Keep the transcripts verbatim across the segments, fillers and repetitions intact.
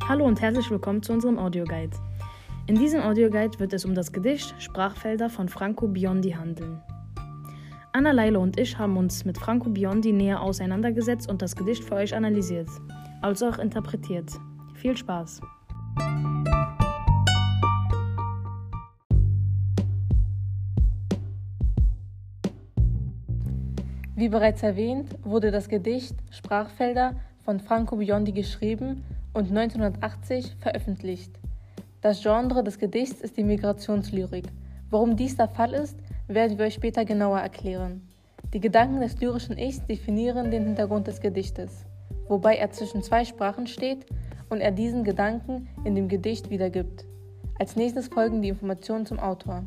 Hallo und herzlich willkommen zu unserem Audioguide. In diesem Audioguide wird es um das Gedicht Sprachfelder von Franco Biondi handeln. Anna Leila und ich haben uns mit Franco Biondi näher auseinandergesetzt und das Gedicht für euch analysiert, also auch interpretiert. Viel Spaß! Wie bereits erwähnt, wurde das Gedicht Sprachfelder von Franco Biondi geschrieben und neunzehnhundertachtzig veröffentlicht. Das Genre des Gedichts ist die Migrationslyrik. Warum dies der Fall ist, werden wir euch später genauer erklären. Die Gedanken des lyrischen Ichs definieren den Hintergrund des Gedichtes, wobei er zwischen zwei Sprachen steht und er diesen Gedanken in dem Gedicht wiedergibt. Als nächstes folgen die Informationen zum Autor.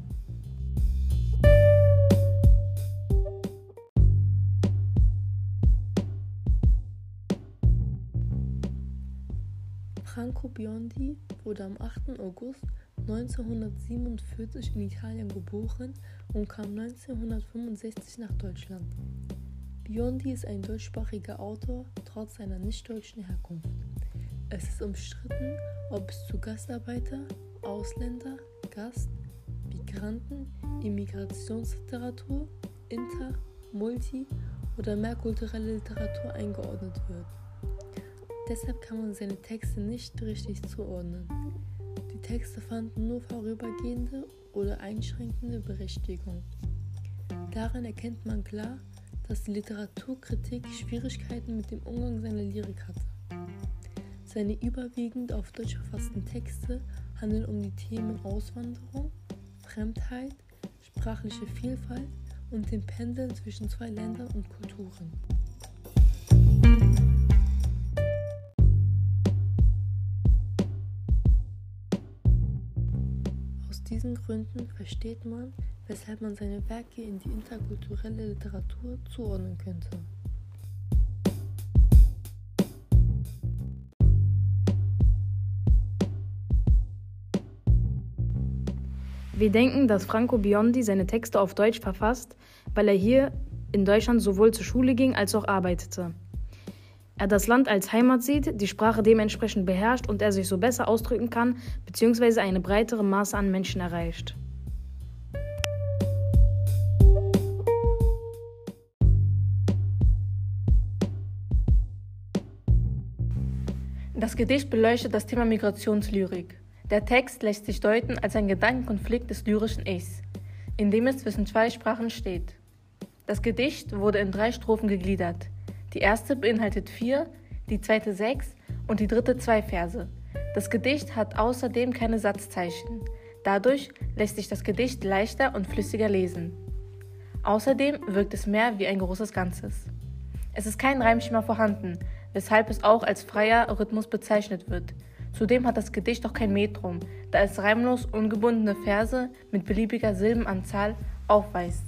Franco Biondi wurde am achten August neunzehnhundertsiebenundvierzig in Italien geboren und kam neunzehnhundertfünfundsechzig nach Deutschland. Biondi ist ein deutschsprachiger Autor, trotz seiner nicht-deutschen Herkunft. Es ist umstritten, ob es zu Gastarbeiter, Ausländer, Gast, Migranten, Immigrationsliteratur, Inter-, Multi- oder mehrkulturelle Literatur eingeordnet wird. Deshalb kann man seine Texte nicht richtig zuordnen. Die Texte fanden nur vorübergehende oder einschränkende Berechtigung. Daran erkennt man klar, dass die Literaturkritik Schwierigkeiten mit dem Umgang seiner Lyrik hatte. Seine überwiegend auf Deutsch verfassten Texte handeln um die Themen Auswanderung, Fremdheit, sprachliche Vielfalt und dem Pendeln zwischen zwei Ländern und Kulturen. Aus diesen Gründen versteht man, weshalb man seine Werke in die interkulturelle Literatur zuordnen könnte. Wir denken, dass Franco Biondi seine Texte auf Deutsch verfasst, weil er hier in Deutschland sowohl zur Schule ging als auch arbeitete. Er das Land als Heimat sieht, die Sprache dementsprechend beherrscht und er sich so besser ausdrücken kann bzw. eine breitere Masse an Menschen erreicht. Das Gedicht beleuchtet das Thema Migrationslyrik. Der Text lässt sich deuten als ein Gedankenkonflikt des lyrischen Ichs, in dem es zwischen zwei Sprachen steht. Das Gedicht wurde in drei Strophen gegliedert. Die erste beinhaltet vier, die zweite sechs und die dritte zwei Verse. Das Gedicht hat außerdem keine Satzzeichen. Dadurch lässt sich das Gedicht leichter und flüssiger lesen. Außerdem wirkt es mehr wie ein großes Ganzes. Es ist kein Reimschema vorhanden, weshalb es auch als freier Rhythmus bezeichnet wird. Zudem hat das Gedicht auch kein Metrum, da es reimlos ungebundene Verse mit beliebiger Silbenanzahl aufweist.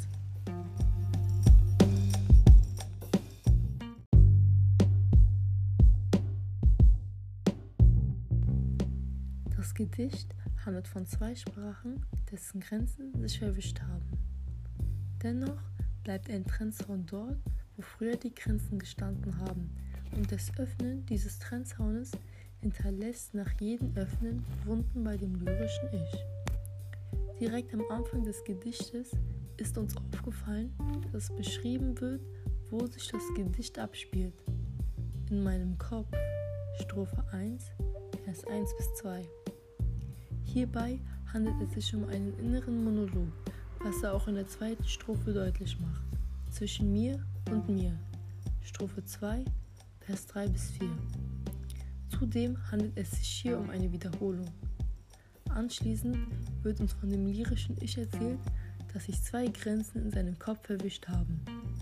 Das Gedicht handelt von zwei Sprachen, dessen Grenzen sich verwischt haben. Dennoch bleibt ein Trennzaun dort, wo früher die Grenzen gestanden haben, und das Öffnen dieses Trennzaunes hinterlässt nach jedem Öffnen Wunden bei dem lyrischen Ich. Direkt am Anfang des Gedichtes ist uns aufgefallen, dass beschrieben wird, wo sich das Gedicht abspielt. In meinem Kopf, Strophe eins, Vers eins bis zwei. Hierbei handelt es sich um einen inneren Monolog, was er auch in der zweiten Strophe deutlich macht. Zwischen mir und mir. Strophe zwei, Vers drei bis vier. Zudem handelt es sich hier um eine Wiederholung. Anschließend wird uns von dem lyrischen Ich erzählt, dass sich zwei Grenzen in seinem Kopf verwischt haben.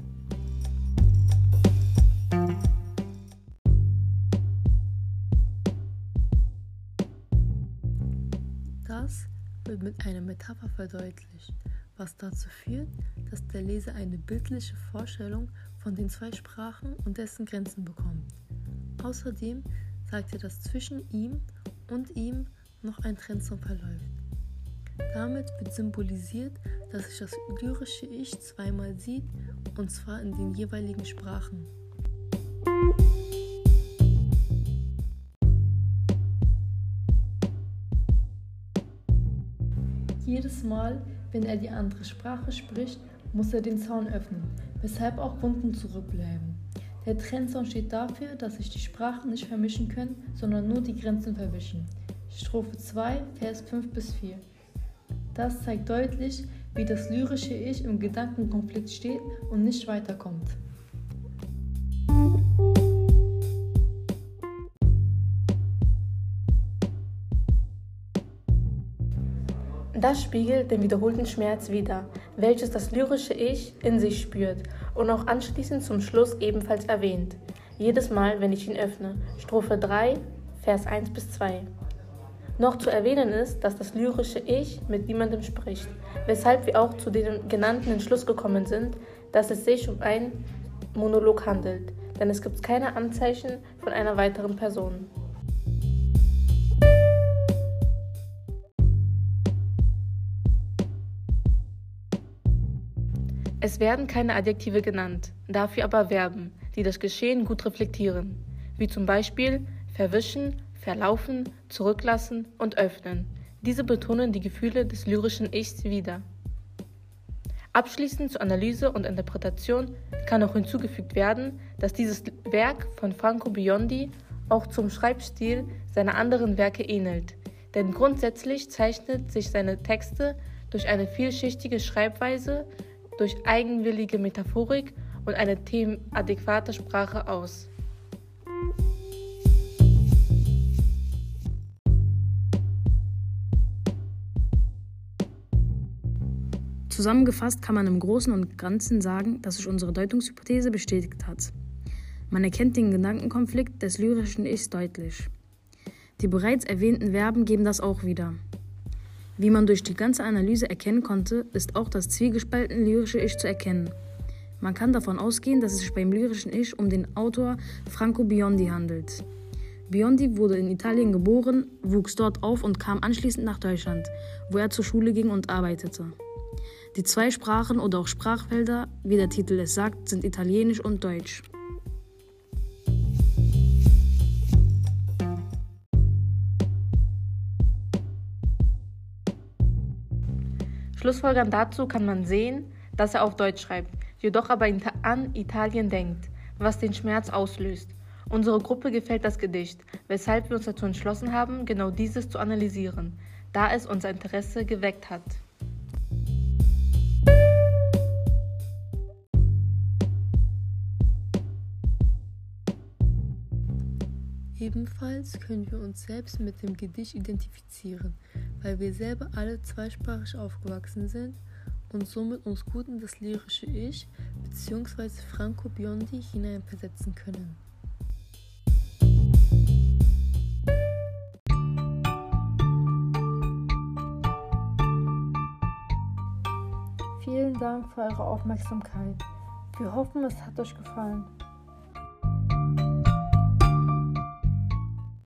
Das wird mit einer Metapher verdeutlicht, was dazu führt, dass der Leser eine bildliche Vorstellung von den zwei Sprachen und dessen Grenzen bekommt. Außerdem sagt er, dass zwischen ihm und ihm noch ein Trennzaun verläuft. Damit wird symbolisiert, dass sich das lyrische Ich zweimal sieht, und zwar in den jeweiligen Sprachen. jedes Mal, wenn er die andere Sprache spricht, muss er den Zaun öffnen, weshalb auch Wunden zurückbleiben. Der Trennzaun steht dafür, dass sich die Sprachen nicht vermischen können, sondern nur die Grenzen verwischen. Strophe zwei, Vers fünf bis vier. Das zeigt deutlich, wie das lyrische Ich im Gedankenkonflikt steht und nicht weiterkommt. Das spiegelt den wiederholten Schmerz wider, welches das lyrische Ich in sich spürt und auch anschließend zum Schluss ebenfalls erwähnt. Jedes Mal, wenn ich ihn öffne. Strophe drei, Vers eins bis zwei. Noch zu erwähnen ist, dass das lyrische Ich mit niemandem spricht, weshalb wir auch zu dem genannten Entschluss gekommen sind, dass es sich um einen Monolog handelt, denn es gibt keine Anzeichen von einer weiteren Person. Es werden keine Adjektive genannt, dafür aber Verben, die das Geschehen gut reflektieren, wie zum Beispiel verwischen, verlaufen, zurücklassen und öffnen. Diese betonen die Gefühle des lyrischen Ichs wider. Abschließend zur Analyse und Interpretation kann auch hinzugefügt werden, dass dieses Werk von Franco Biondi auch zum Schreibstil seiner anderen Werke ähnelt, denn grundsätzlich zeichnet sich seine Texte durch eine vielschichtige Schreibweise, durch eigenwillige Metaphorik und eine themenadäquate Sprache aus. Zusammengefasst kann man im Großen und Ganzen sagen, dass sich unsere Deutungshypothese bestätigt hat. Man erkennt den Gedankenkonflikt des lyrischen Ichs deutlich. Die bereits erwähnten Verben geben das auch wieder. Wie man durch die ganze Analyse erkennen konnte, ist auch das zwiegespaltene lyrische Ich zu erkennen. Man kann davon ausgehen, dass es sich beim lyrischen Ich um den Autor Franco Biondi handelt. Biondi wurde in Italien geboren, wuchs dort auf und kam anschließend nach Deutschland, wo er zur Schule ging und arbeitete. Die zwei Sprachen oder auch Sprachfelder, wie der Titel es sagt, sind Italienisch und Deutsch. Schlussfolgernd dazu kann man sehen, dass er auf Deutsch schreibt, jedoch aber an Italien denkt, was den Schmerz auslöst. Unserer Gruppe gefällt das Gedicht, weshalb wir uns dazu entschlossen haben, genau dieses zu analysieren, da es unser Interesse geweckt hat. Ebenfalls können wir uns selbst mit dem Gedicht identifizieren, weil wir selber alle zweisprachig aufgewachsen sind und somit uns gut in das lyrische Ich bzw. Franco Biondi hineinversetzen können. Vielen Dank für eure Aufmerksamkeit. Wir hoffen, es hat euch gefallen.